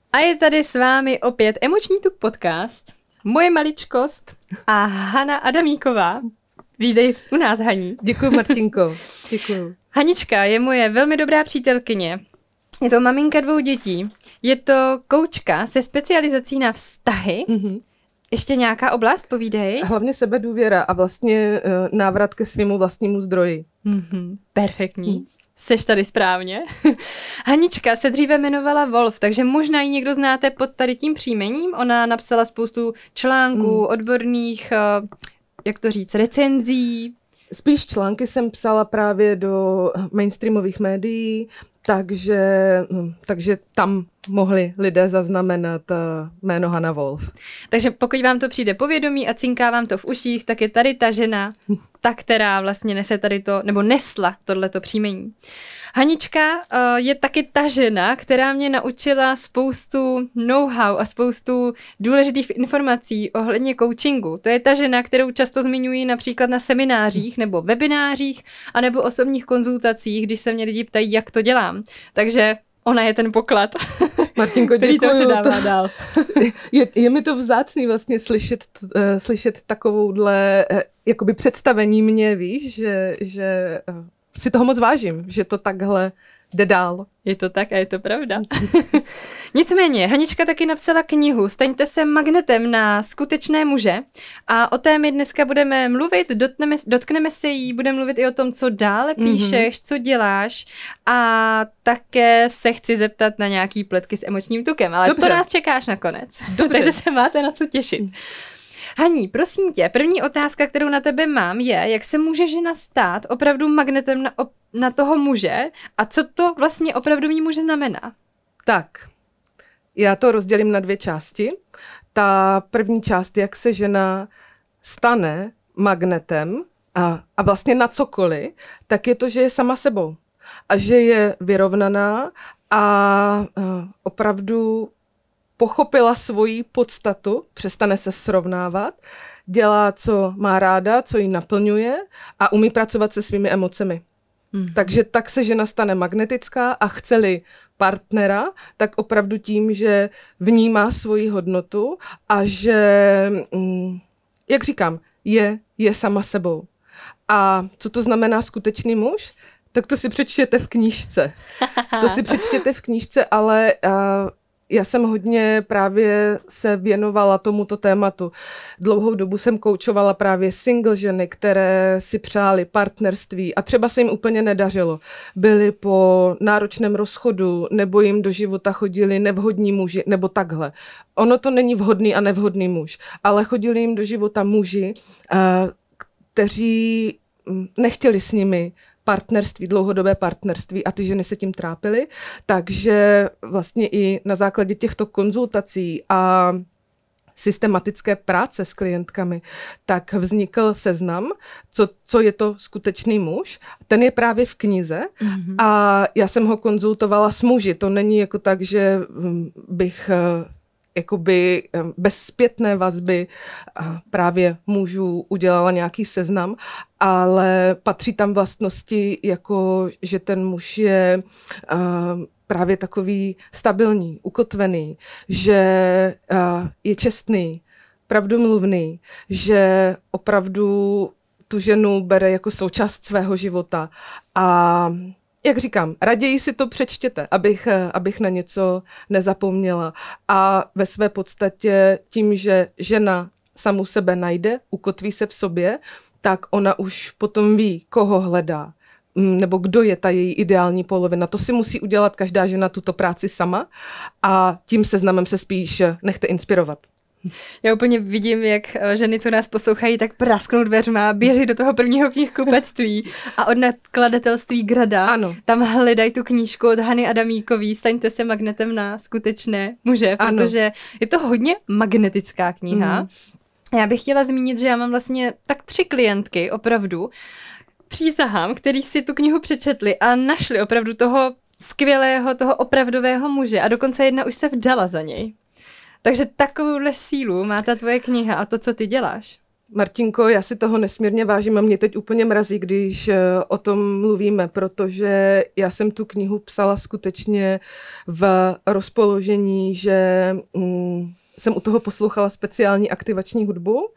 A je tady s vámi opět Emoční tuk podcast, moje maličkost a Hana Adamíková. Vítej u nás, Haní. Děkuji, Martinko. Děkuji. Hanička je moje velmi dobrá přítelkyně. Je to maminka 2 dětí. Je to koučka se specializací na vztahy. Mm-hmm. Ještě nějaká oblast, povídej. Hlavně sebedůvěra a vlastně návrat ke svému vlastnímu zdroji. Perfektní. Seš tady správně. Hanička se dříve jmenovala Wolf, takže možná ji někdo znáte pod tady tím příjmením. Ona napsala spoustu článků, odborných, jak to říct, recenzí. Spíš články jsem psala právě do mainstreamových médií, takže tam mohli lidé zaznamenat jméno Hana Wolf. Takže pokud vám to přijde povědomí a cinká vám to v uších, tak je tady ta žena, ta, která vlastně nese tady to, nebo nesla tohleto příjmení. Hanička je taky ta žena, která mě naučila spoustu know-how a spoustu důležitých informací ohledně coachingu. To je ta žena, kterou často zmiňuji například na seminářích nebo webinářích a nebo osobních konzultacích, když se mě lidi ptají, jak to dělám. Takže ona je ten poklad, Martinko, který to předává dál. Je mi to vzácný vlastně slyšet takovouhle jakoby představení mě, víš, že si toho moc vážím, že to takhle jde dál. Je to tak a je to pravda. Nicméně, Hanička taky napsala knihu Staňte se magnetem na skutečné muže a o té my dneska budeme mluvit, dotkneme se jí, budeme mluvit i o tom, co dále píšeš, co děláš a také se chci zeptat na nějaký pletky s emočním tukem, ale Dobře. to nás čekáš nakonec, takže se máte na co těšit. Haní, prosím tě, první otázka, kterou na tebe mám, je, jak se může žena stát opravdu magnetem na toho muže a co to vlastně opravdový muž znamená? Tak, já to rozdělím na 2 části. Ta první část, jak se žena stane magnetem a vlastně na cokoliv, tak je to, že je sama sebou a že je vyrovnaná a opravdu pochopila svoji podstatu, přestane se srovnávat, dělá, co má ráda, co ji naplňuje a umí pracovat se svými emocemi. Takže tak se žena stane magnetická a chce-li partnera, tak opravdu tím, že vnímá svoji hodnotu a že, jak říkám, je sama sebou. A co to znamená skutečný muž? Tak to si přečtěte v knížce. Ale já jsem hodně právě se věnovala tomuto tématu. Dlouhou dobu jsem koučovala právě single ženy, které si přály partnerství a třeba se jim úplně nedařilo. Byly po náročném rozchodu nebo jim do života chodili nevhodní muži nebo takhle. Ono to není vhodný a nevhodný muž, ale chodili jim do života muži, kteří nechtěli s nimi partnerství, dlouhodobé partnerství a ty ženy se tím trápily. Takže vlastně i na základě těchto konzultací a systematické práce s klientkami, tak vznikl seznam, co je to skutečný muž. Ten je právě v knize a já jsem ho konzultovala s muži. To není jako tak, že bych jakoby bez zpětné vazby právě mužů udělala nějaký seznam, ale patří tam vlastnosti, jako že ten muž je právě takový stabilní, ukotvený, že je čestný, pravdomluvný, že opravdu tu ženu bere jako součást svého života a jak říkám, raději si to přečtěte, abych na něco nezapomněla. A ve své podstatě tím, že žena samu sebe najde, ukotví se v sobě, tak ona už potom ví, koho hledá, nebo kdo je ta její ideální polovina. To si musí udělat každá žena tuto práci sama a tím seznamem se spíš nechte inspirovat. Já úplně vidím, jak ženy, co nás poslouchají, tak prasknou dveřma, běží do toho prvního knihkupectví a od nakladatelství Grada. Ano. Tam hledají tu knížku od Hany Adamíkový, Staňte se magnetem na skutečné muže, protože je to hodně magnetická kniha. Já bych chtěla zmínit, že já mám vlastně tak 3 klientky opravdu, přísahám, který si tu knihu přečetli a našli opravdu toho skvělého, toho opravdového muže a dokonce jedna už se vdala za něj. Takže takovouhle sílu má ta tvoje kniha a to, co ty děláš. Martinko, já si toho nesmírně vážím a mě teď úplně mrazí, když o tom mluvíme, protože já jsem tu knihu psala skutečně v rozpoložení, že jsem u toho poslouchala speciální aktivační hudbu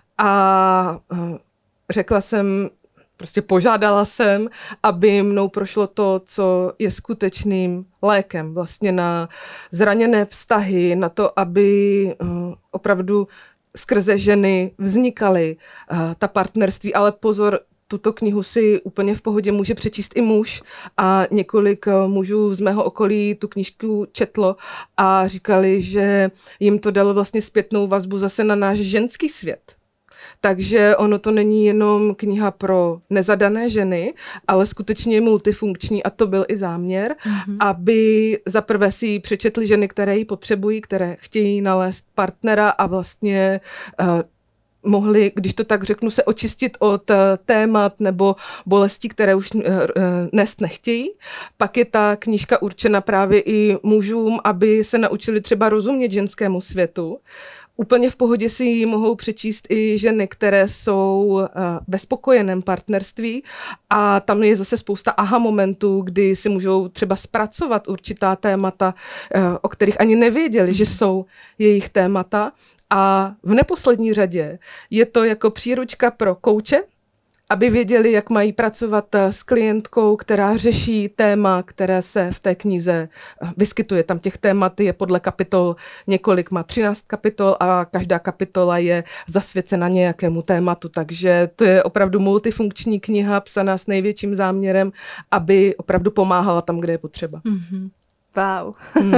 a řekla jsem, prostě požádala jsem, aby mnou prošlo to, co je skutečným lékem vlastně na zraněné vztahy, na to, aby opravdu skrze ženy vznikaly ta partnerství, ale pozor, tuto knihu si úplně v pohodě může přečíst i muž a několik mužů z mého okolí tu knížku četlo a říkali, že jim to dalo vlastně zpětnou vazbu zase na náš ženský svět. Takže ono to není jenom kniha pro nezadané ženy, ale skutečně je multifunkční a to byl i záměr, aby zaprvé si ji přečetly ženy, které ji potřebují, které chtějí nalézt partnera a vlastně mohli, když to tak řeknu, se očistit od témat nebo bolestí, které už nést nechtějí. Pak je ta knížka určena právě i mužům, aby se naučili třeba rozumět ženskému světu. Úplně v pohodě si ji mohou přečíst i ženy, které jsou ve spokojeném partnerství a tam je zase spousta aha momentů, kdy si můžou třeba zpracovat určitá témata, o kterých ani nevěděli, že jsou jejich témata. A v neposlední řadě je to jako příručka pro kouče, aby věděli, jak mají pracovat s klientkou, která řeší téma, které se v té knize vyskytuje. Tam těch témat je podle kapitol několik, má 13 kapitol a každá kapitola je zasvěcena nějakému tématu, takže to je opravdu multifunkční kniha, psaná s největším záměrem, aby opravdu pomáhala tam, kde je potřeba. Mm-hmm. Wow.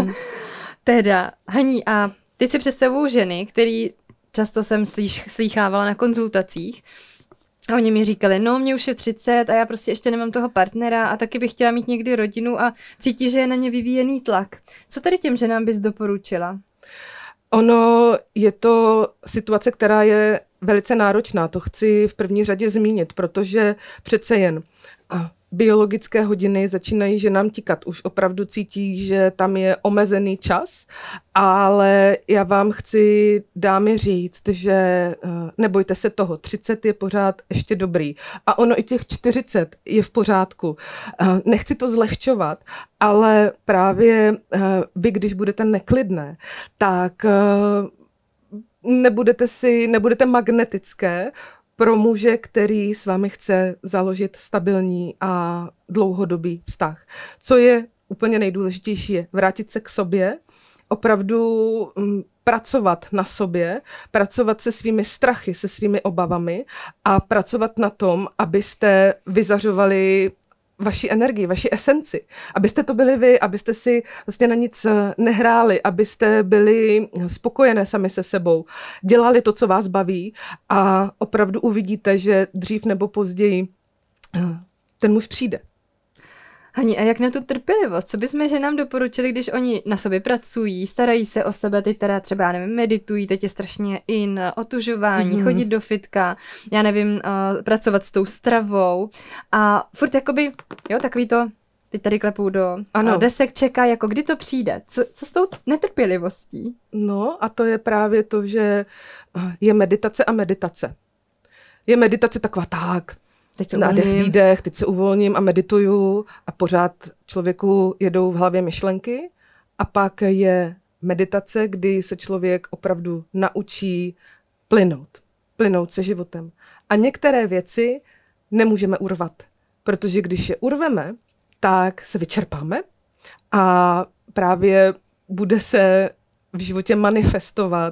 Teda, Haní, a ty si představují ženy, který často jsem slýchávala na konzultacích. A oni mi říkali, no mě už je 30 a já prostě ještě nemám toho partnera a taky bych chtěla mít někdy rodinu a cítí, že je na ně vyvíjený tlak. Co tady těm ženám bys doporučila? Ono je to situace, která je velice náročná. To chci v první řadě zmínit, protože přece jen biologické hodiny začínají ženám tikat. Už opravdu cítí, že tam je omezený čas, ale já vám chci, dámy, říct, že nebojte se toho, 30 je pořád ještě dobrý. A ono i těch 40 je v pořádku. Nechci to zlehčovat, ale právě vy, když budete neklidné, tak nebudete magnetické pro muže, který s vámi chce založit stabilní a dlouhodobý vztah. Co je úplně nejdůležitější, je vrátit se k sobě, opravdu pracovat na sobě, pracovat se svými strachy, se svými obavami a pracovat na tom, abyste vyzařovali vaši energii, vaši esenci. Abyste to byli vy, abyste si vlastně na nic nehráli, abyste byli spokojené sami se sebou, dělali to, co vás baví a opravdu uvidíte, že dřív nebo později ten muž přijde. Hani, a jak na tu trpělivost? Co bychom ženám doporučili, když oni na sobě pracují, starají se o sebe, ty teda třeba, já nevím, meditují, teď je strašně otužování, chodit do fitka, já nevím, pracovat s tou stravou a furt jakoby, jo, takový to, teď tady klepu do desek, čeká, jako kdy to přijde. Co s tou netrpělivostí? No a to je právě to, že je meditace a meditace. Je meditace taková nádech, výdech, teď se uvolním a medituju a pořád člověku jedou v hlavě myšlenky a pak je meditace, kdy se člověk opravdu naučí plynout se životem. A některé věci nemůžeme urvat, protože když je urveme, tak se vyčerpáme a právě bude se v životě manifestovat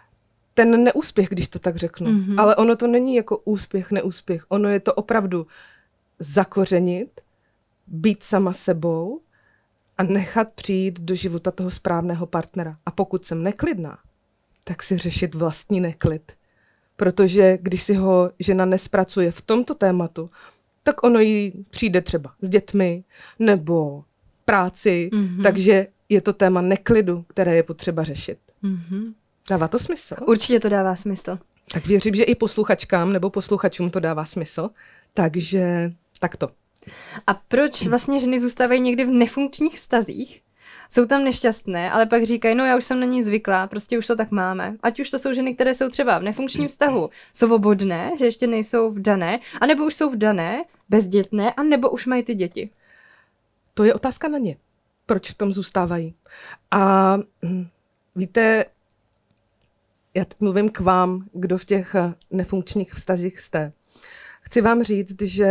ten neúspěch, když to tak řeknu. Ale ono to není jako úspěch, neúspěch. Ono je to opravdu zakořenit, být sama sebou a nechat přijít do života toho správného partnera. A pokud jsem neklidná, tak si řešit vlastní neklid. Protože když si ho žena nespracuje v tomto tématu, tak ono jí přijde třeba s dětmi nebo práci, takže je to téma neklidu, které je potřeba řešit. Dává to smysl? Určitě to dává smysl. Tak věřím, že i posluchačkám nebo posluchačům to dává smysl. Takže takto. A proč vlastně ženy zůstávají někdy v nefunkčních vztazích? jsou tam nešťastné, ale pak říkají, no já už jsem na ní zvyklá, prostě už to tak máme. Ať už to jsou ženy, které jsou třeba v nefunkčním vztahu svobodné, že ještě nejsou vdané, anebo už jsou vdané, bezdětné, anebo už mají ty děti. To je otázka na ně. Proč v tom zůstávají? A víte, já teď mluvím k vám, kdo v těch nefunkčních vztazích jste. Chci vám říct, že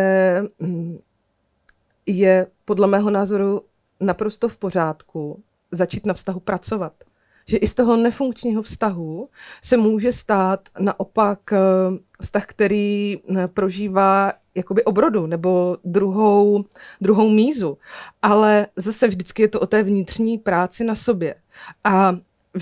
je podle mého názoru naprosto v pořádku začít na vztahu pracovat. Že i z toho nefunkčního vztahu se může stát naopak vztah, který prožívá jakoby obrodu nebo druhou mízu. Ale zase vždycky je to o té vnitřní práci na sobě. A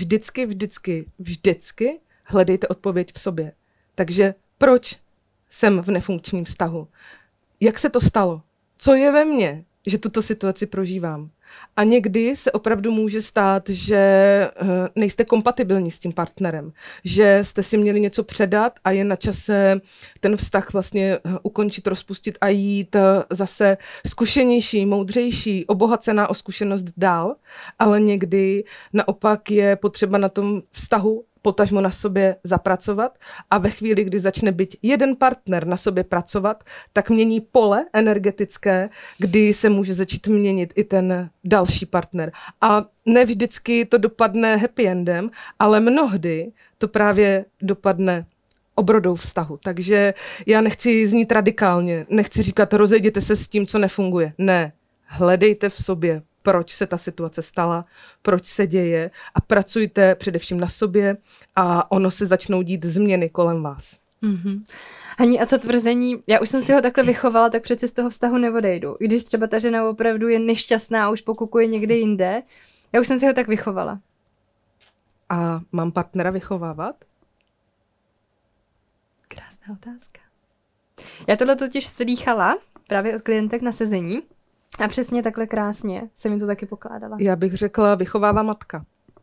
vždycky hledejte odpověď v sobě. Takže proč jsem v nefunkčním vztahu? Jak se to stalo? Co je ve mně, že tuto situaci prožívám? A někdy se opravdu může stát, že nejste kompatibilní s tím partnerem, že jste si měli něco předat a je na čase ten vztah vlastně ukončit, rozpustit a jít zase zkušenější, moudřejší, obohacená o zkušenost dál, ale někdy naopak je potřeba na tom vztahu potažmo na sobě zapracovat a ve chvíli, kdy začne být jeden partner na sobě pracovat, tak mění pole energetické, kdy se může začít měnit i ten další partner. A ne vždycky to dopadne happy endem, ale mnohdy to právě dopadne obrodou vztahu. Takže já nechci znít radikálně, nechci říkat rozejděte se s tím, co nefunguje. Ne, hledejte v sobě, proč se ta situace stala, proč se děje a pracujte především na sobě a ono se začnou dít změny kolem vás. Mm-hmm. Hani, a co tvrzení, já už jsem si ho takhle vychovala, tak přeci z toho vztahu neodejdu. I když třeba ta žena opravdu je nešťastná a už pokukuje někde jinde, já už jsem si ho tak vychovala. A mám partnera vychovávat? Krásná otázka. Já tohle totiž slýchala právě od klientek na sezení a přesně takhle krásně se mi to taky pokládala. Já bych řekla, vychovává matka.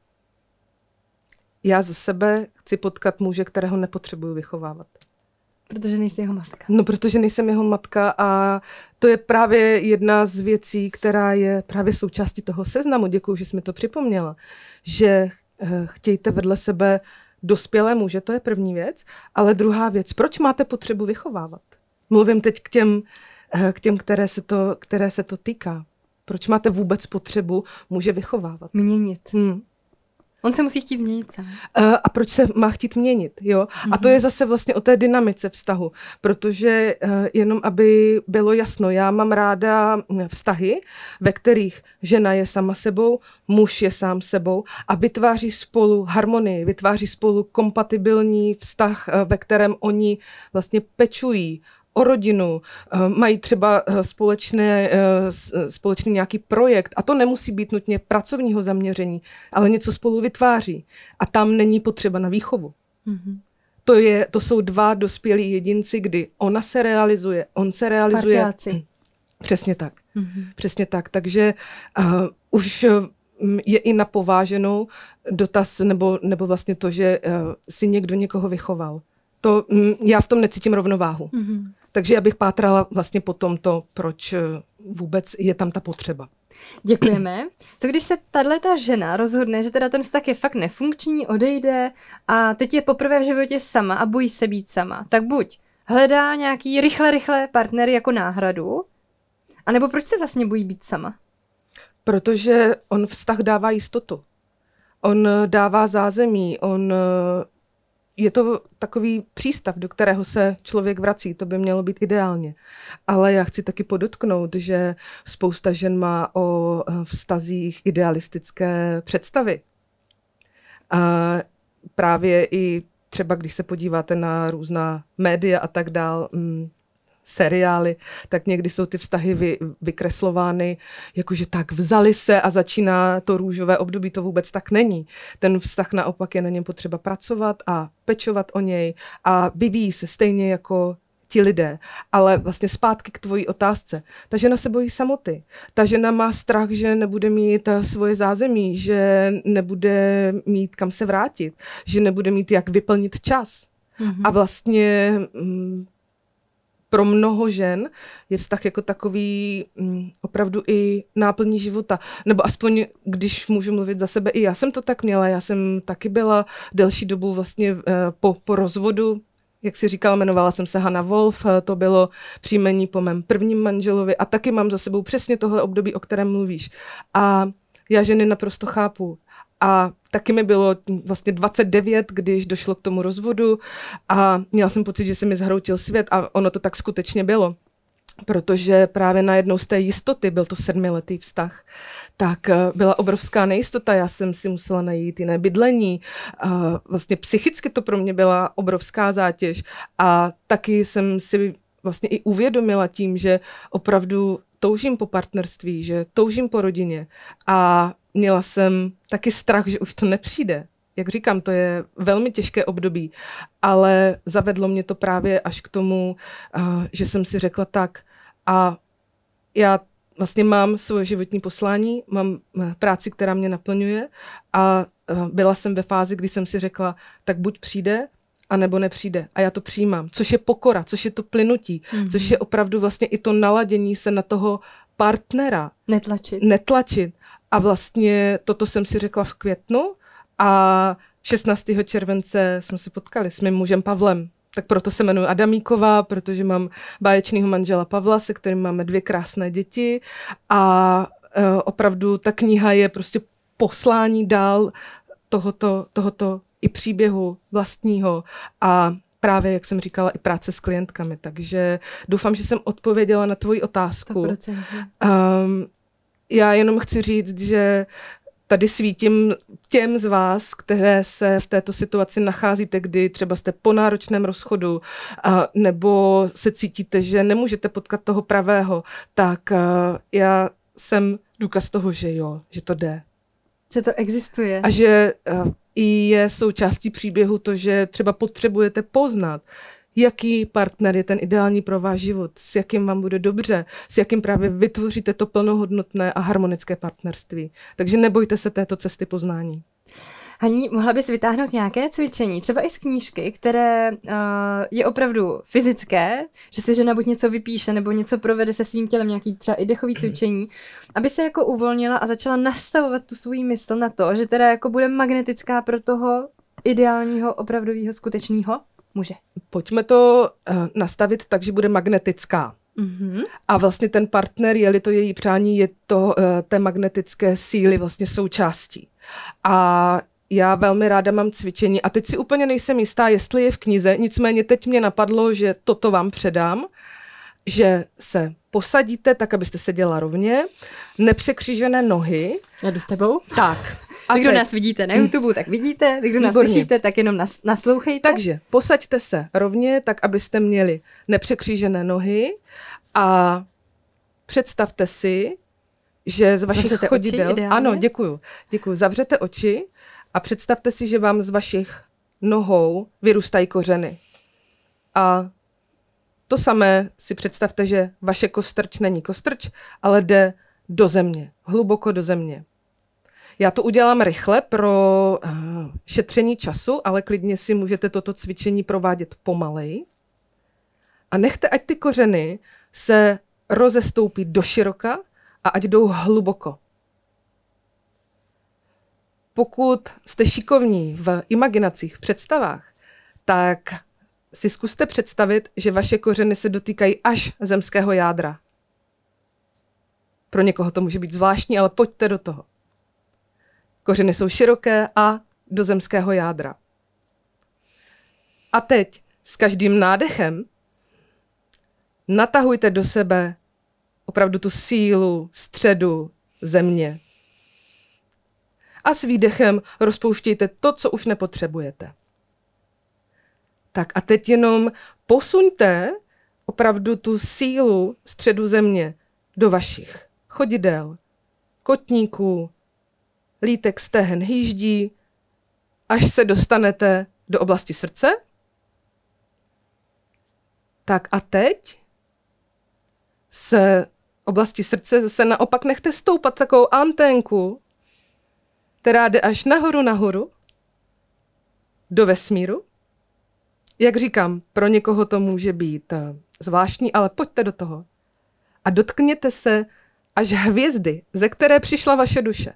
Já za sebe chci potkat muže, kterého nepotřebuju vychovávat. Protože nejsi jeho matka. No, protože nejsem jeho matka a to je právě jedna z věcí, která je právě součástí toho seznamu. Děkuju, že jsi mi to připomněla. Že chtějte vedle sebe dospělé muže, to je první věc. Ale druhá věc, proč máte potřebu vychovávat? Mluvím teď k těm, které se to týká. Proč máte vůbec potřebu muže vychovávat? Měnit. On se musí chtít změnit sám. A proč se má chtít měnit, jo? Mm-hmm. A to je zase vlastně o té dynamice vztahu, protože jenom aby bylo jasno, já mám ráda vztahy, ve kterých žena je sama sebou, muž je sám sebou a vytváří spolu harmonii, vytváří spolu kompatibilní vztah, ve kterém oni vlastně pečují o rodinu, mají třeba společný nějaký projekt a to nemusí být nutně pracovního zaměření, ale něco spolu vytváří a tam není potřeba na výchovu. Mm-hmm. To jsou dva dospělí jedinci, kdy ona se realizuje, on se realizuje. Partiáci. Přesně tak. Mm-hmm. Přesně tak. Takže už je i na pováženou dotaz nebo vlastně to, že si někdo někoho vychoval. To já v tom necítím rovnováhu. Mm-hmm. Takže já bych pátrala vlastně po tomto, proč vůbec je tam ta potřeba. Děkujeme. Co když se tato žena rozhodne, že teda ten vztah je fakt nefunkční, odejde a teď je poprvé v životě sama a bojí se být sama, tak buď hledá nějaký rychle partner jako náhradu, anebo proč se vlastně bojí být sama? Protože on vztah dává jistotu. On dává zázemí, je to takový přístav, do kterého se člověk vrací, to by mělo být ideálně. Ale já chci taky podotknout, že spousta žen má o vztazích idealistické představy. A právě i třeba, když se podíváte na různá média a tak dál, seriály, tak někdy jsou ty vztahy vykreslovány, jakože tak vzali se a začíná to růžové období, to vůbec tak není. Ten vztah naopak je na něm potřeba pracovat a pečovat o něj a vyvíjí se stejně jako ti lidé. Ale vlastně zpátky k tvojí otázce. Ta žena se bojí samoty. Ta žena má strach, že nebude mít svoje zázemí, že nebude mít kam se vrátit, že nebude mít jak vyplnit čas. Mm-hmm. A vlastně pro mnoho žen je vztah jako takový opravdu i náplní života. Nebo aspoň, když můžu mluvit za sebe, i já jsem to tak měla. Já jsem taky byla delší dobu vlastně po rozvodu, jak si říkala, jmenovala jsem se Hana Wolf, to bylo příjmení po mém prvním manželovi a taky mám za sebou přesně tohle období, o kterém mluvíš. A já ženy naprosto chápu. A taky mi bylo vlastně 29, když došlo k tomu rozvodu a měla jsem pocit, že se mi zhroutil svět a ono to tak skutečně bylo. Protože právě najednou z té jistoty, byl to 7letý vztah, tak byla obrovská nejistota, já jsem si musela najít jiné bydlení, vlastně psychicky to pro mě byla obrovská zátěž a taky jsem si vlastně i uvědomila tím, že opravdu toužím po partnerství, že toužím po rodině a měla jsem taky strach, že už to nepřijde. Jak říkám, to je velmi těžké období, ale zavedlo mě to právě až k tomu, že jsem si řekla tak a já vlastně mám svoje životní poslání, mám práci, která mě naplňuje a byla jsem ve fázi, kdy jsem si řekla, tak buď přijde, anebo nepřijde. A já to přijímám, což je pokora, což je to plynutí, což je opravdu vlastně i to naladění se na toho partnera. Netlačit. A vlastně toto jsem si řekla v květnu a 16. července jsme se potkali s mým mužem Pavlem. Tak proto se jmenuji Adamíková, protože mám báječného manžela Pavla, se kterým máme 2 krásné děti a opravdu ta kniha je prostě poslání dál tohoto i příběhu vlastního a právě, jak jsem říkala, i práce s klientkami. Takže doufám, že jsem odpověděla na tvoji otázku. Já jenom chci říct, že tady svítím těm z vás, které se v této situaci nacházíte, kdy třeba jste po náročném rozchodu nebo se cítíte, že nemůžete potkat toho pravého, tak já jsem důkaz toho, že jo, že to jde. Že to existuje. A že i je součástí příběhu to, že třeba potřebujete poznat, jaký partner je ten ideální pro váš život, s jakým vám bude dobře, s jakým právě vytvoříte to plnohodnotné a harmonické partnerství. Takže nebojte se této cesty poznání. Haní, mohla bys vytáhnout nějaké cvičení, třeba i z knížky, které je opravdu fyzické, že si žena buď něco vypíše, nebo něco provede se svým tělem, nějaký třeba i dechový cvičení, aby se jako uvolnila a začala nastavovat tu svůj mysl na to, že teda jako bude magnetická pro toho ideálního, opravdového, skutečného muže. Pojďme to nastavit tak, že bude magnetická. Mm-hmm. A vlastně ten partner, je-li to její přání, je to té magnetické síly vlastně součástí. A já velmi ráda mám cvičení a teď si úplně nejsem jistá, jestli je v knize, nicméně teď mě napadlo, že toto vám předám, že se posadíte tak, abyste seděla rovně, nepřekřížené nohy. Já jdu s tebou. Tak. A kdo nás vidíte na YouTube, tak vidíte, kdo nás slyšíte, tak jenom naslouchejte. Takže posaďte se rovně, tak abyste měli nepřekřížené nohy a představte si, že z vašich chodidel... Ano, děkuju. Zavřete oči a představte si, že vám z vašich nohou vyrůstají kořeny. A to samé si představte, že vaše kostrč není kostrč, ale jde do země, hluboko do země. Já to udělám rychle pro šetření času, ale klidně si můžete toto cvičení provádět pomaleji. A nechte, ať ty kořeny se rozestoupí do široka a ať jdou hluboko. Pokud jste šikovní v imaginacích, v představách, tak si zkuste představit, že vaše kořeny se dotýkají až zemského jádra. Pro někoho to může být zvláštní, ale pojďte do toho. Kořeny jsou široké a do zemského jádra. A teď s každým nádechem natahujte do sebe opravdu tu sílu středu země. A s výdechem rozpouštějte to, co už nepotřebujete. Tak a teď jenom posuňte opravdu tu sílu středu země do vašich chodidel, kotníků, lítek, stehen, hýždí, až se dostanete do oblasti srdce. Tak a teď se oblasti srdce zase naopak nechte stoupat takovou anténku, která jde až nahoru do vesmíru. Jak říkám, pro někoho to může být zvláštní, ale pojďte do toho. A dotkněte se až hvězdy, ze které přišla vaše duše.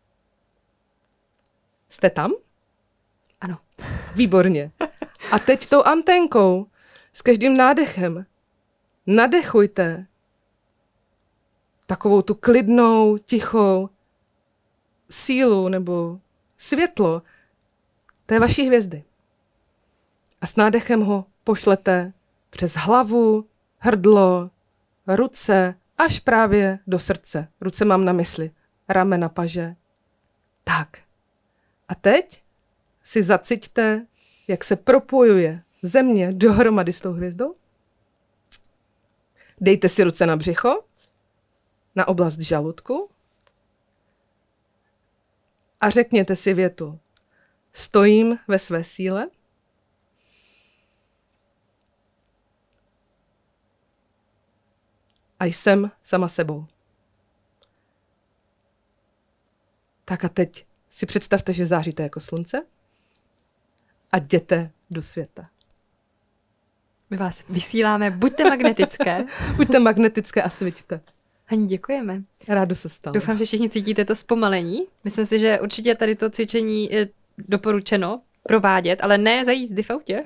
Jste tam? Ano. Výborně. A teď tou anténkou, s každým nádechem, nadechujte takovou tu klidnou, tichou sílu nebo světlo té vaší hvězdy. A s nádechem ho pošlete přes hlavu, hrdlo, ruce, až právě do srdce. Ruce mám na mysli, ramena, paže. Tak. A teď si zaciťte, jak se propojuje země dohromady s tou hvězdou. Dejte si ruce na břicho, na oblast žaludku a řekněte si větu. Stojím ve své síle. A jsem sama sebou. Tak a teď si představte, že záříte jako slunce a jděte do světa. My vás vysíláme, buďte magnetické. Buďte magnetické a sviťte. Hani, děkujeme. Rádo se stalo. Doufám, že všichni cítíte to zpomalení. Myslím si, že určitě tady to cvičení je doporučeno provádět, ale ne za jízdy v autě.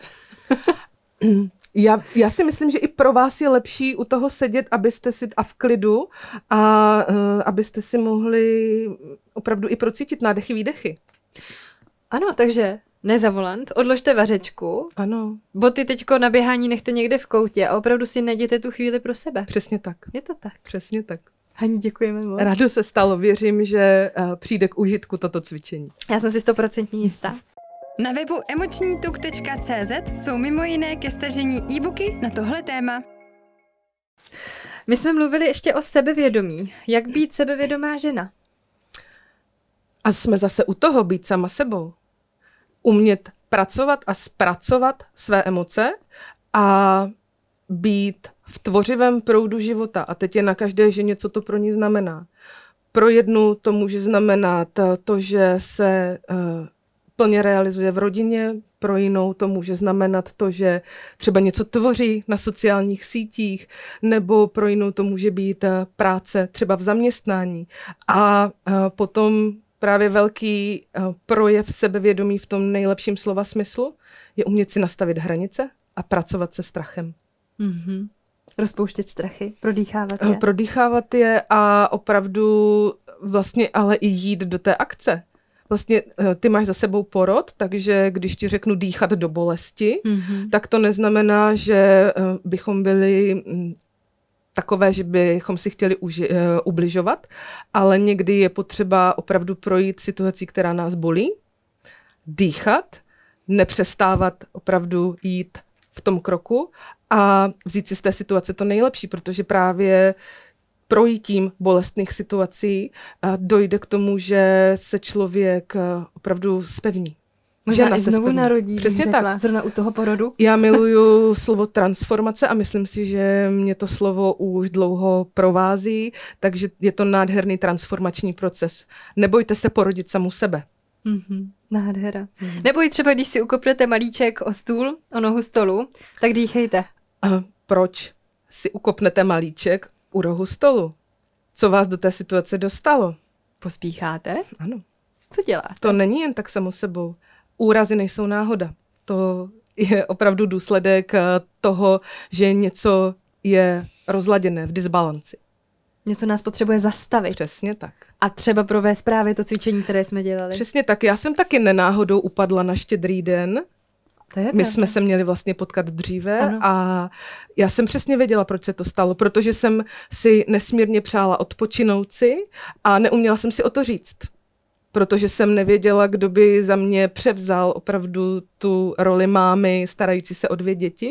Já si myslím, že i pro vás je lepší u toho sedět, abyste si a v klidu a abyste si mohli opravdu i procítit nádechy, výdechy. Ano, takže ne za volant, odložte vařečku. Ano. Boty teďko na běhání nechte někde v koutě a opravdu si najděte tu chvíli pro sebe. Přesně tak. Je to tak. Přesně tak. Hani, děkujeme moc. Rádo se stalo, věřím, že přijde k užitku toto cvičení. Já jsem si 100% jistá. Na webu emočnituk.cz jsou mimo jiné ke stažení e-booky na tohle téma. My jsme mluvili ještě o sebevědomí. Jak být sebevědomá žena? A jsme zase u toho být sama sebou. Umět pracovat a zpracovat své emoce a být v tvořivém proudu života. A teď je na každé ženě, co to pro ní znamená. Pro jednu to může znamenat to, že se plně realizuje v rodině, pro jinou to může znamenat to, že třeba něco tvoří na sociálních sítích, nebo pro jinou to může být práce třeba v zaměstnání. A potom právě velký projev sebevědomí v tom nejlepším slova smyslu je umět si nastavit hranice a pracovat se strachem. Mm-hmm. Rozpouštět strachy, prodýchávat je. Prodýchávat je a opravdu vlastně ale i jít do té akce. Vlastně ty máš za sebou porod, takže když ti řeknu dýchat do bolesti, tak to neznamená, že bychom byli takové, že bychom si chtěli ubližovat, ale někdy je potřeba opravdu projít situací, která nás bolí, dýchat, nepřestávat opravdu jít v tom kroku a vzít si z té situace to nejlepší, protože právě projítím bolestných situací dojde k tomu, že se člověk opravdu zpevní. Možná i znovu narodí, přesně řekla, tak. Zrovna u toho porodu. Já miluju slovo transformace a myslím si, že mě to slovo už dlouho provází, takže je to nádherný transformační proces. Nebojte se porodit samu sebe. Mm-hmm. Nádhera. Nebo i třeba, když si ukopnete malíček o stůl, o nohu stolu, tak dýchejte. Proč si ukopnete malíček u rohu stolu? Co vás do té situace dostalo? Pospícháte? Ano. Co děláte? To není jen tak samo sebou. Úrazy nejsou náhoda. To je opravdu důsledek toho, že něco je rozladěné v disbalanci. Něco nás potřebuje zastavit. Přesně tak. A třeba provést právě to cvičení, které jsme dělali. Přesně tak. Já jsem taky nenáhodou upadla na Štědrý den. To je My jsme se měli vlastně potkat dříve. Ano. A já jsem přesně věděla, proč se to stalo, protože jsem si nesmírně přála odpočinout si a neuměla jsem si o to říct. Protože jsem nevěděla, kdo by za mě převzal opravdu tu roli mámy starající se o 2 děti.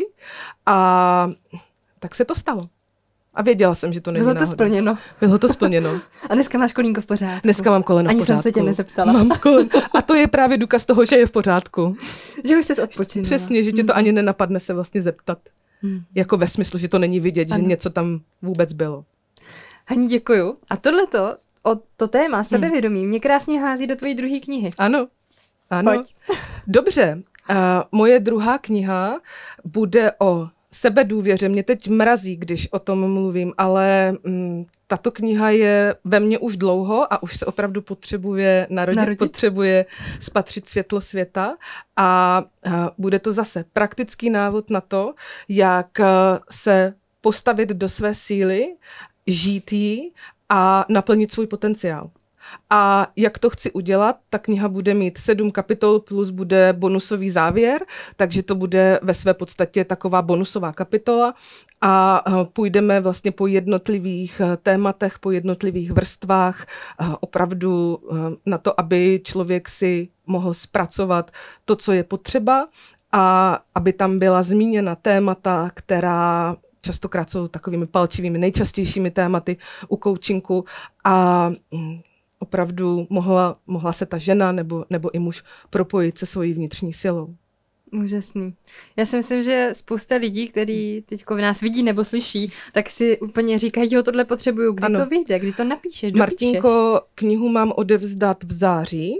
A tak se to stalo. A věděla jsem, že to není Bylo to náhoda. splněno. Bylo to splněno. A dneska máš kolínko v pořádku. Dneska mám koleno v Ani pořádku. jsem se tě nezeptala. Mám koleno. A to je právě důkaz toho, že je v pořádku. Že už jsi odpočinula. Přesně, že tě to ani nenapadne se vlastně zeptat. Jako ve smyslu, že to není vidět, Ano. že něco tam vůbec bylo. Hani, děkuju. A tohleto, to téma sebevědomí mě krásně hází do tvojí druhé knihy. Ano. Ano. Pojď. Dobře. Moje druhá kniha bude o sebedůvěře. Mě teď mrazí, když o tom mluvím, ale tato kniha je ve mně už dlouho a už se opravdu potřebuje narodit. Potřebuje spatřit světlo světa a bude to zase praktický návod na to, jak se postavit do své síly, žít jí a naplnit svůj potenciál. A jak to chci udělat, ta kniha bude mít 7 kapitol plus bude bonusový závěr, takže to bude ve své podstatě taková bonusová kapitola a půjdeme vlastně po jednotlivých tématech, po jednotlivých vrstvách, opravdu na to, aby člověk si mohl zpracovat to, co je potřeba a aby tam byla zmíněna témata, která častokrát jsou takovými palčivými, nejčastějšími tématy u coachingu a opravdu mohla se ta žena nebo i muž propojit se svojí vnitřní silou. Úžasný. Já si myslím, že spousta lidí, kteří teď nás vidí nebo slyší, tak si úplně říkají, jo, tohle potřebuju, kdy to vyjde, kdy to napíšeš, dopíšeš. Martinko, knihu mám odevzdat v září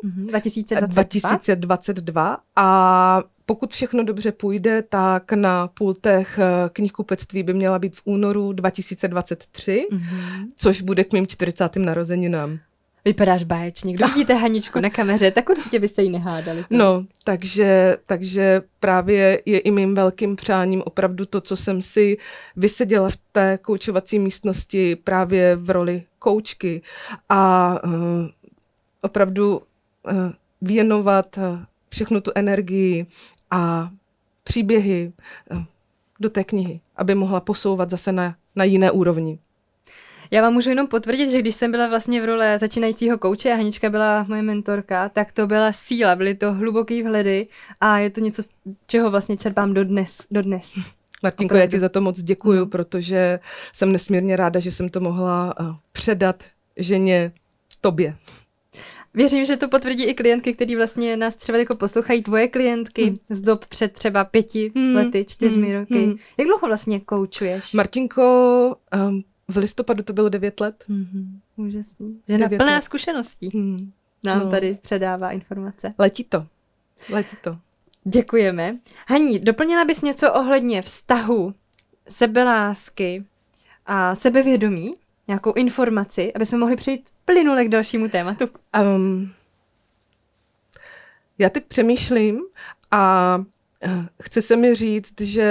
2022 a pokud všechno dobře půjde, tak na pultech knihkupectví by měla být v únoru 2023, což bude k mým 40. narozeninám. Vypadáš báječně. Kdo vidíte Haničku na kameře, tak určitě byste ji nehádali. No, takže právě je i mým velkým přáním opravdu to, co jsem si vyseděla v té koučovací místnosti právě v roli koučky a opravdu věnovat všechnu tu energii a příběhy do té knihy, aby mohla posouvat zase na jiné úrovni. Já vám můžu jenom potvrdit, že když jsem byla vlastně v roli začínajícího kouče a Hanička byla moje mentorka, tak to byla síla, byly to hluboký vhledy a je to něco, čeho vlastně čerpám dodnes. Martinko, já ti za to moc děkuju, protože jsem nesmírně ráda, že jsem to mohla předat ženě tobě. Věřím, že to potvrdí i klientky, který vlastně nás třeba jako poslouchají, tvoje klientky z dob před třeba 5 lety, 4 roky. Jak dlouho vlastně koučuješ? Martinko, v listopadu to bylo 9 let. Úžasný. Žena plná zkušeností nám tady předává informace. Letí to. Děkujeme. Haní, doplnila bys něco ohledně vztahu, sebelásky a sebevědomí? Nějakou informaci, aby jsme mohli přejít plynule k dalšímu tématu? Já teď přemýšlím a chce se mi říct, že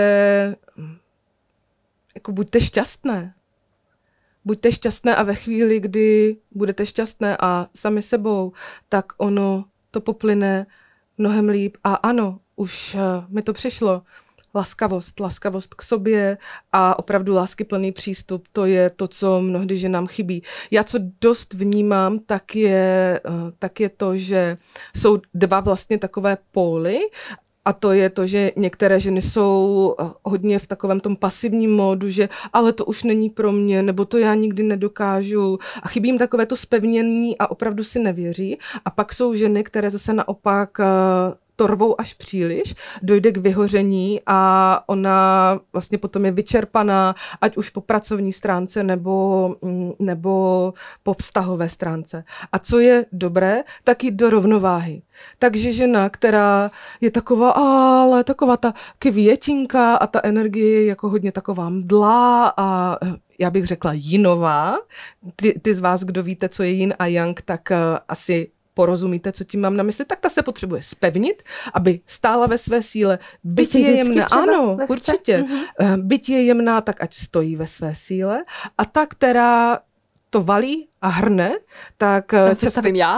jako buďte šťastné. Buďte šťastné a ve chvíli, kdy budete šťastné a sami sebou, tak ono to poplyne mnohem líp. A ano, už mi to přišlo. Laskavost k sobě a opravdu láskyplný přístup, to je to, co mnohdy ženám chybí. Já co dost vnímám, tak je to, že jsou 2 vlastně takové póly. A to je to, že některé ženy jsou hodně v takovém tom pasivním módu, že ale to už není pro mě, nebo to já nikdy nedokážu. A chybí jim takové to zpevnění a opravdu si nevěří. A pak jsou ženy, které zase naopak to rvou až příliš, dojde k vyhoření a ona vlastně potom je vyčerpaná, ať už po pracovní stránce nebo po vztahové stránce. A co je dobré, tak jít do rovnováhy. Takže žena, která je taková ta květinka a ta energie je jako hodně taková mdlá a já bych řekla jinová. Ty z vás, kdo víte, co je yin a yang, tak asi porozumíte, co tím mám na mysli, tak ta se potřebuje zpevnit, aby stála ve své síle. Byť je jemná, ano, lehce. Určitě. Byť je jemná, tak ať stojí ve své síle. A ta, která to valí a hrne, tak... Tam se stavím já.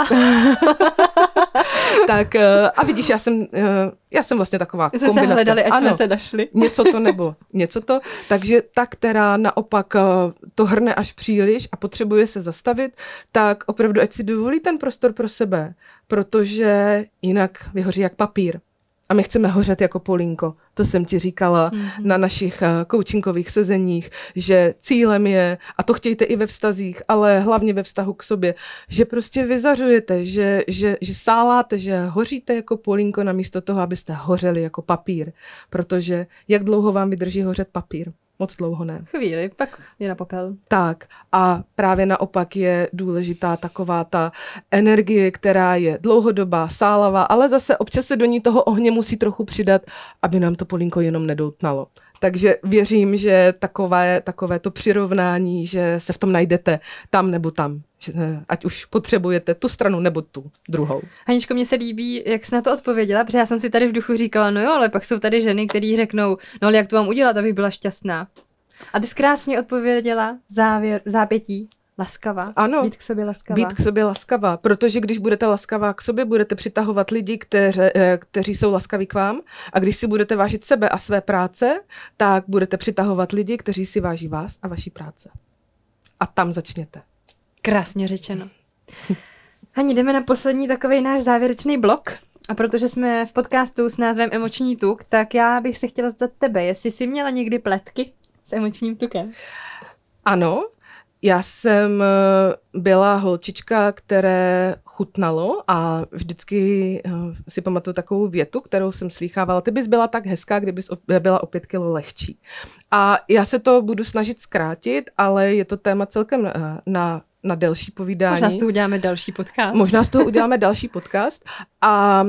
Tak a vidíš, já jsem vlastně taková kombinace. Jsme se hledali, až jsme se našli. něco to. Takže ta, která naopak to hrne až příliš a potřebuje se zastavit, tak opravdu ať si dovolí ten prostor pro sebe, protože jinak vyhoří jak papír. A my chceme hořet jako polínko. To jsem ti říkala na našich coachingových sezeních, že cílem je, a to chtějte i ve vztazích, ale hlavně ve vztahu k sobě, že prostě vyzařujete, že sáláte, že hoříte jako polínko namísto toho, abyste hořeli jako papír. Protože jak dlouho vám vydrží hořet papír? Moc dlouho ne. Chvíli, pak je na popel. Tak a právě naopak je důležitá taková ta energie, která je dlouhodobá, sálavá, ale zase občas se do ní toho ohně musí trochu přidat, aby nám to polínko jenom nedoutnalo. Takže věřím, že takové to přirovnání, že se v tom najdete tam nebo tam. Že, ať už potřebujete tu stranu nebo tu druhou. Haničko, mně se líbí, jak jsi na to odpověděla, protože já jsem si tady v duchu říkala, no jo, ale pak jsou tady ženy, které řeknou, no ale jak to mám udělat, abych byla šťastná. A ty jsi krásně odpověděla v zápětí. Laskavá. Ano, být k sobě laskavá. Být k sobě laskavá, protože když budete laskavá k sobě, budete přitahovat lidi, kteří jsou laskaví k vám, a když si budete vážit sebe a své práce, tak budete přitahovat lidi, kteří si váží vás a vaší práce. A tam začněte. Krásně řečeno. Hani, jdeme na poslední takový náš závěrečný blok. A protože jsme v podcastu s názvem Emoční tuk, tak já bych se chtěla zeptat tebe, jestli jsi měla někdy pletky s emočním tukem? Ano. Já jsem byla holčička, které chutnalo a vždycky si pamatuju takovou větu, kterou jsem slýchávala. Ty bys byla tak hezká, kdybys byla o 5 kilo lehčí. A já se to budu snažit zkrátit, ale je to téma celkem na delší povídání. Možná z toho uděláme další podcast. Možná z toho uděláme další podcast. A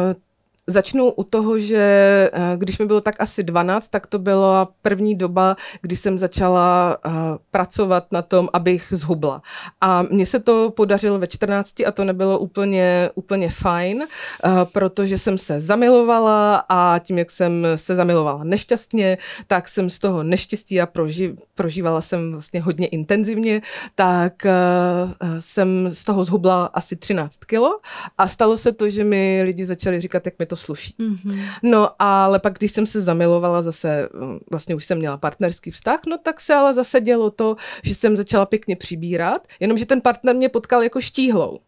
začnu u toho, že když mi bylo tak asi 12, tak to byla první doba, kdy jsem začala pracovat na tom, abych zhubla. A mně se to podařilo ve 14 a to nebylo úplně fajn, protože jsem se zamilovala a tím, jak jsem se zamilovala nešťastně, tak jsem z toho neštěstí a prožívala jsem vlastně hodně intenzivně, tak jsem z toho zhubla asi 13 kilo a stalo se to, že mi lidi začali říkat, jak mi to sluší. Mm-hmm. No ale pak, když jsem se zamilovala zase, vlastně už jsem měla partnerský vztah, no tak se ale zase dělo to, že jsem začala pěkně přibírat, jenomže ten partner mě potkal jako štíhlou.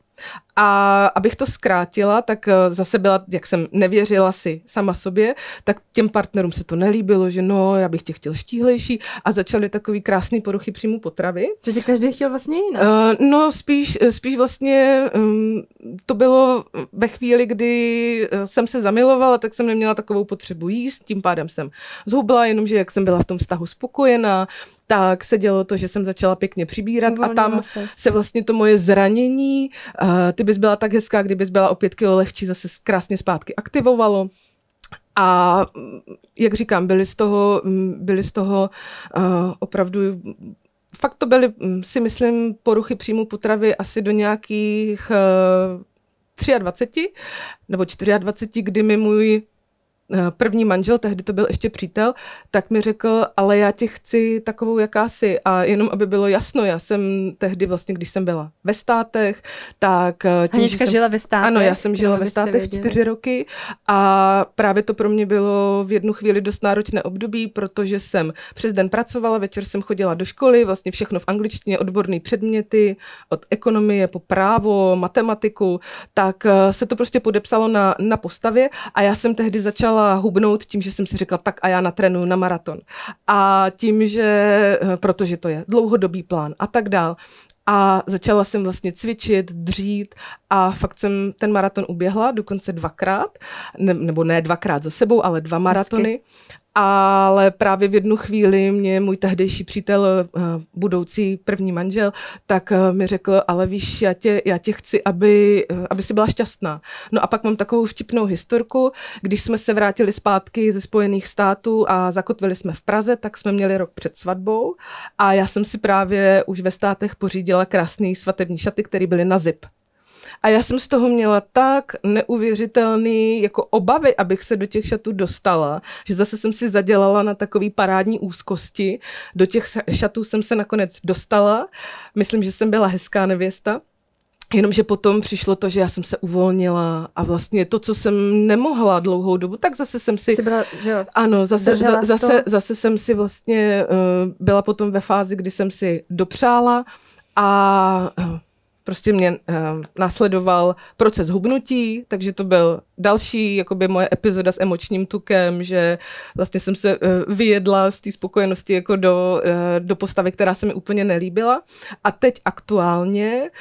A abych to zkrátila, tak zase byla, jak jsem nevěřila si sama sobě, tak těm partnerům se to nelíbilo, že no, já bych tě chtěl štíhlejší a začaly takový krásný poruchy příjmu potravy. Že tě každý chtěl vlastně jinak? No spíš vlastně to bylo ve chvíli, kdy jsem se zamilovala, tak jsem neměla takovou potřebu jíst, tím pádem jsem zhubla, jenomže jak jsem byla v tom vztahu spokojená, tak se dělo to, že jsem začala pěkně přibírat a tam se vlastně to moje zranění, ty bys byla tak hezká, kdybys byla o 5 kilo lehčí, zase krásně zpátky aktivovalo. A jak říkám, byly z toho opravdu, fakt to byly, si myslím, poruchy příjmu potravy asi do nějakých 23 nebo 24, kdy mi můj první manžel, tehdy to byl ještě přítel, tak mi řekl, ale já tě chci takovou, jaká jsi. A jenom, aby bylo jasno, já jsem tehdy vlastně, když jsem byla ve Státech, tak... Hanička žila ve Státech? Ano, já jsem žila ve Státech 4 roky a právě to pro mě bylo v jednu chvíli dost náročné období, protože jsem přes den pracovala, večer jsem chodila do školy, vlastně všechno v angličtině, odborné předměty, od ekonomie po právo, matematiku, tak se to prostě podepsalo na postavě a já jsem tehdy začala hubnout tím, že jsem si řekla, tak a já natrénuju na maraton. A tím, že, protože to je dlouhodobý plán a tak dál. A začala jsem vlastně cvičit, dřít a fakt jsem ten maraton uběhla, dokonce 2krát, nebo ne 2krát za sebou, ale 2 maratony. Hezky. Ale právě v jednu chvíli mě můj tehdejší přítel, budoucí první manžel, tak mi řekl, ale víš, já tě chci, aby si byla šťastná. No a pak mám takovou vtipnou historku, když jsme se vrátili zpátky ze Spojených států a zakotvili jsme v Praze, tak jsme měli rok před svatbou a já jsem si právě už ve Státech pořídila krásný svatební šaty, které byly na zip. A já jsem z toho měla tak neuvěřitelný jako obavy, abych se do těch šatů dostala, že zase jsem si zadělala na takový parádní úzkosti. Do těch šatů jsem se nakonec dostala. Myslím, že jsem byla hezká nevěsta. Jenomže potom přišlo to, že já jsem se uvolnila a vlastně to, co jsem nemohla dlouhou dobu, tak zase jsem si... Byla, že jo? Ano, zase jsem si vlastně byla potom ve fázi, kdy jsem si dopřála a... Prostě mě následoval proces hubnutí, takže to byl další jakoby moje epizoda s emočním tukem, že vlastně jsem se vyjedla z té spokojenosti jako do postavy, která se mi úplně nelíbila. A teď aktuálně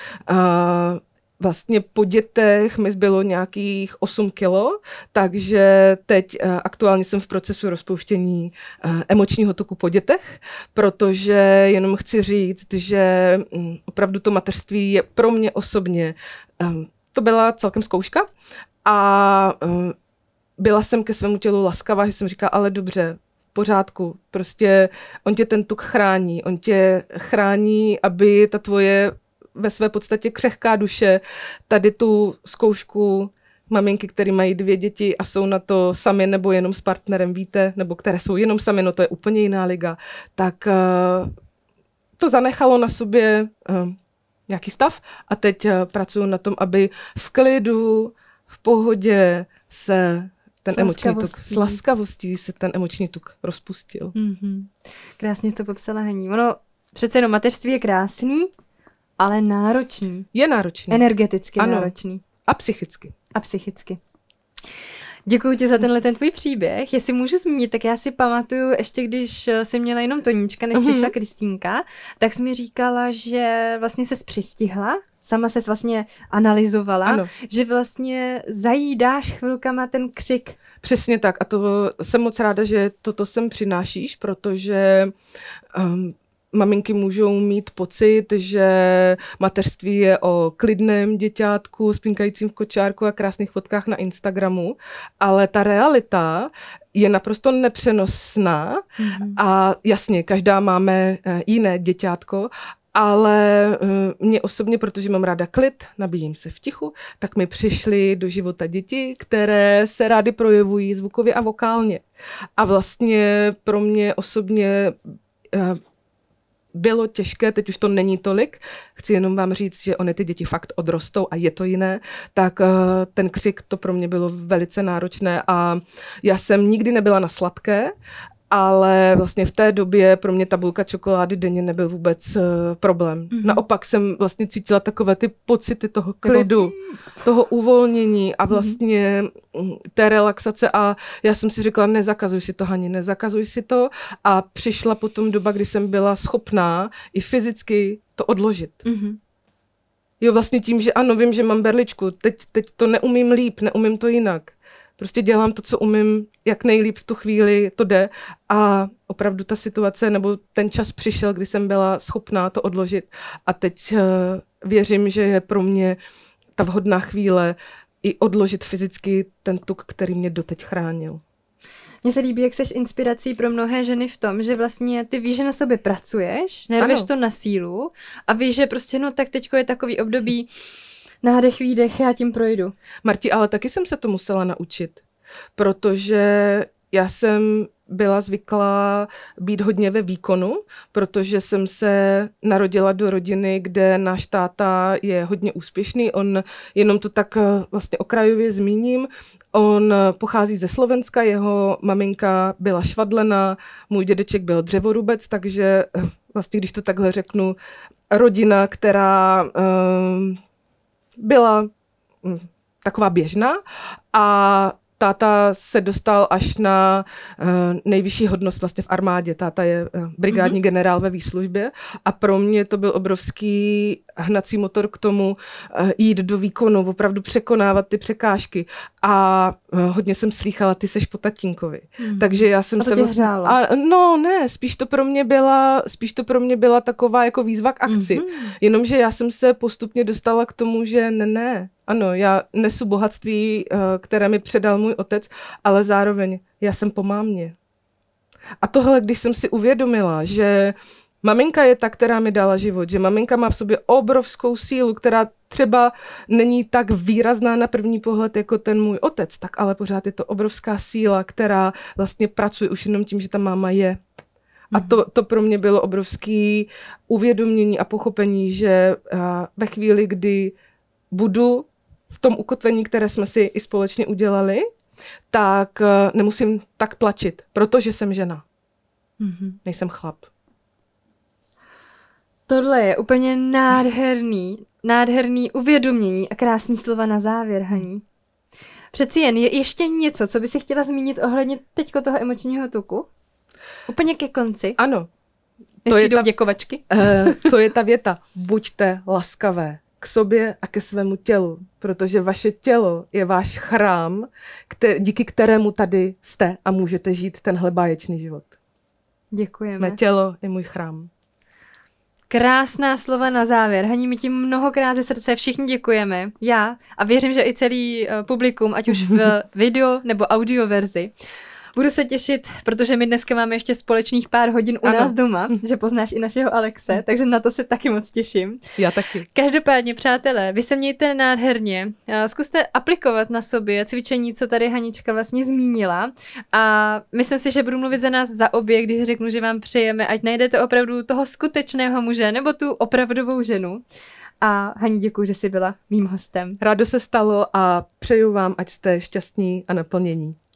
vlastně po dětech mi zbylo nějakých 8 kilo, takže teď aktuálně jsem v procesu rozpouštění emočního toku po dětech, protože jenom chci říct, že opravdu to mateřství je pro mě osobně, to byla celkem zkouška a byla jsem ke svému tělu laskavá, že jsem říkala, ale dobře, pořádku. Prostě on tě ten tuk chrání. On tě chrání, aby ta tvoje ve své podstatě křehká duše tady tu zkoušku maminky, které mají 2 děti a jsou na to sami nebo jenom s partnerem, víte, nebo které jsou jenom sami, no to je úplně jiná liga, tak to zanechalo na sobě nějaký stav a teď pracuju na tom, aby v klidu, v pohodě se ten emoční tuk, s laskavostí se ten emoční tuk rozpustil. Mm-hmm. Krásně jsi to popsala, Haní. Ono přece jenom mateřství je krásný, ale náročný. Je náročný. Energeticky náročný. A psychicky. A psychicky. Děkuji ti za ten tvůj příběh. Jestli můžu zmínit, tak já si pamatuju, ještě když jsem měla jenom Toníčka, než přišla Kristýnka, tak jsi mi říkala, že vlastně ses přistihla, sama ses vlastně analyzovala, ano. Že vlastně zajídáš chvilkama ten křik. Přesně tak a to jsem moc ráda, že toto sem přinášíš, protože maminky můžou mít pocit, že mateřství je o klidném děťátku, spinkajícím v kočárku a krásných fotkách na Instagramu, ale ta realita je naprosto nepřenosná a jasně, každá máme jiné děťátko, ale mě osobně, protože mám ráda klid, nabíjím se v tichu, tak mi přišly do života děti, které se rády projevují zvukově a vokálně. A vlastně pro mě osobně bylo těžké, teď už to není tolik, chci jenom vám říct, že ony ty děti fakt odrostou a je to jiné, tak ten křik to pro mě bylo velice náročné a já jsem nikdy nebyla na sladké, ale vlastně v té době pro mě tabulka čokolády denně nebyl vůbec problém. Mm-hmm. Naopak jsem vlastně cítila takové ty pocity toho klidu, toho uvolnění a vlastně té relaxace a já jsem si řekla, nezakazuj si to, Hani, nezakazuj si to a přišla potom doba, kdy jsem byla schopná i fyzicky to odložit. Mm-hmm. Jo, vlastně tím, že ano, vím, že mám berličku, teď to neumím líp, neumím to jinak. Prostě dělám to, co umím, jak nejlíp v tu chvíli to jde a opravdu ta situace nebo ten čas přišel, kdy jsem byla schopná to odložit a teď věřím, že je pro mě ta vhodná chvíle i odložit fyzicky ten tuk, který mě doteď chránil. Mně se líbí, jak seš inspirací pro mnohé ženy v tom, že vlastně ty víš, že na sobě pracuješ, nerveš to na sílu a víš, že prostě no tak teďko je takový období nádech, výdech, já tím projdu. Marti, ale taky jsem se to musela naučit, protože já jsem byla zvyklá být hodně ve výkonu, protože jsem se narodila do rodiny, kde náš táta je hodně úspěšný. On, jenom to tak vlastně okrajově zmíním, on pochází ze Slovenska, jeho maminka byla švadlena, můj dědeček byl dřevorubec, takže vlastně, když to takhle řeknu, rodina, která byla taková běžná a táta se dostal až na nejvyšší hodnost vlastně v armádě. Táta je brigádní generál ve výslužbě a pro mě to byl obrovský hnací motor k tomu jít do výkonu, opravdu překonávat ty překážky. A hodně jsem slýchala, ty seš po tatínkovi. Takže já jsem se vlastně... No ne, spíš to pro mě byla taková jako výzva k akci. Jenomže já jsem se postupně dostala k tomu, že ne. Ano, já nesu bohatství, které mi předal můj otec, ale zároveň já jsem po mámě. A tohle, když jsem si uvědomila, že maminka je ta, která mi dala život, že maminka má v sobě obrovskou sílu, která třeba není tak výrazná na první pohled jako ten můj otec, tak ale pořád je to obrovská síla, která vlastně pracuje už jenom tím, že ta máma je. A to pro mě bylo obrovské uvědomění a pochopení, že ve chvíli, kdy budu v tom ukotvení, které jsme si i společně udělali, tak nemusím tak tlačit, protože jsem žena. Nejsem chlap. Tohle je úplně nádherný uvědomění a krásný slova na závěr, Haní. Přeci jen je ještě něco, co by si chtěla zmínit ohledně teďko toho emočního tuku? Úplně ke konci. Ano. To je ta děkovačky. To je ta věta. Buďte laskavé k sobě a ke svému tělu, protože vaše tělo je váš chrám, díky kterému tady jste a můžete žít tenhle báječný život. Děkujeme. Mé tělo je můj chrám. Krásná slova na závěr. Haní, my ti mnohokrát ze srdce všichni děkujeme. Já a věřím, že i celý publikum, ať už v video nebo audio verzi. Budu se těšit, protože my dneska máme ještě společných pár hodin u nás doma, že poznáš i našeho Alexe, takže na to se taky moc těším. Já taky. Každopádně, přátelé, vy se mějte nádherně. Zkuste aplikovat na sobě cvičení, co tady Hanička vlastně zmínila. A myslím si, že budu mluvit za nás za obě, když řeknu, že vám přejeme, ať najdete opravdu toho skutečného muže nebo tu opravdovou ženu. A Hani, děkuji, že jsi byla mým hostem. Rádo se stalo a přeju vám, ať jste šťastní a naplnění.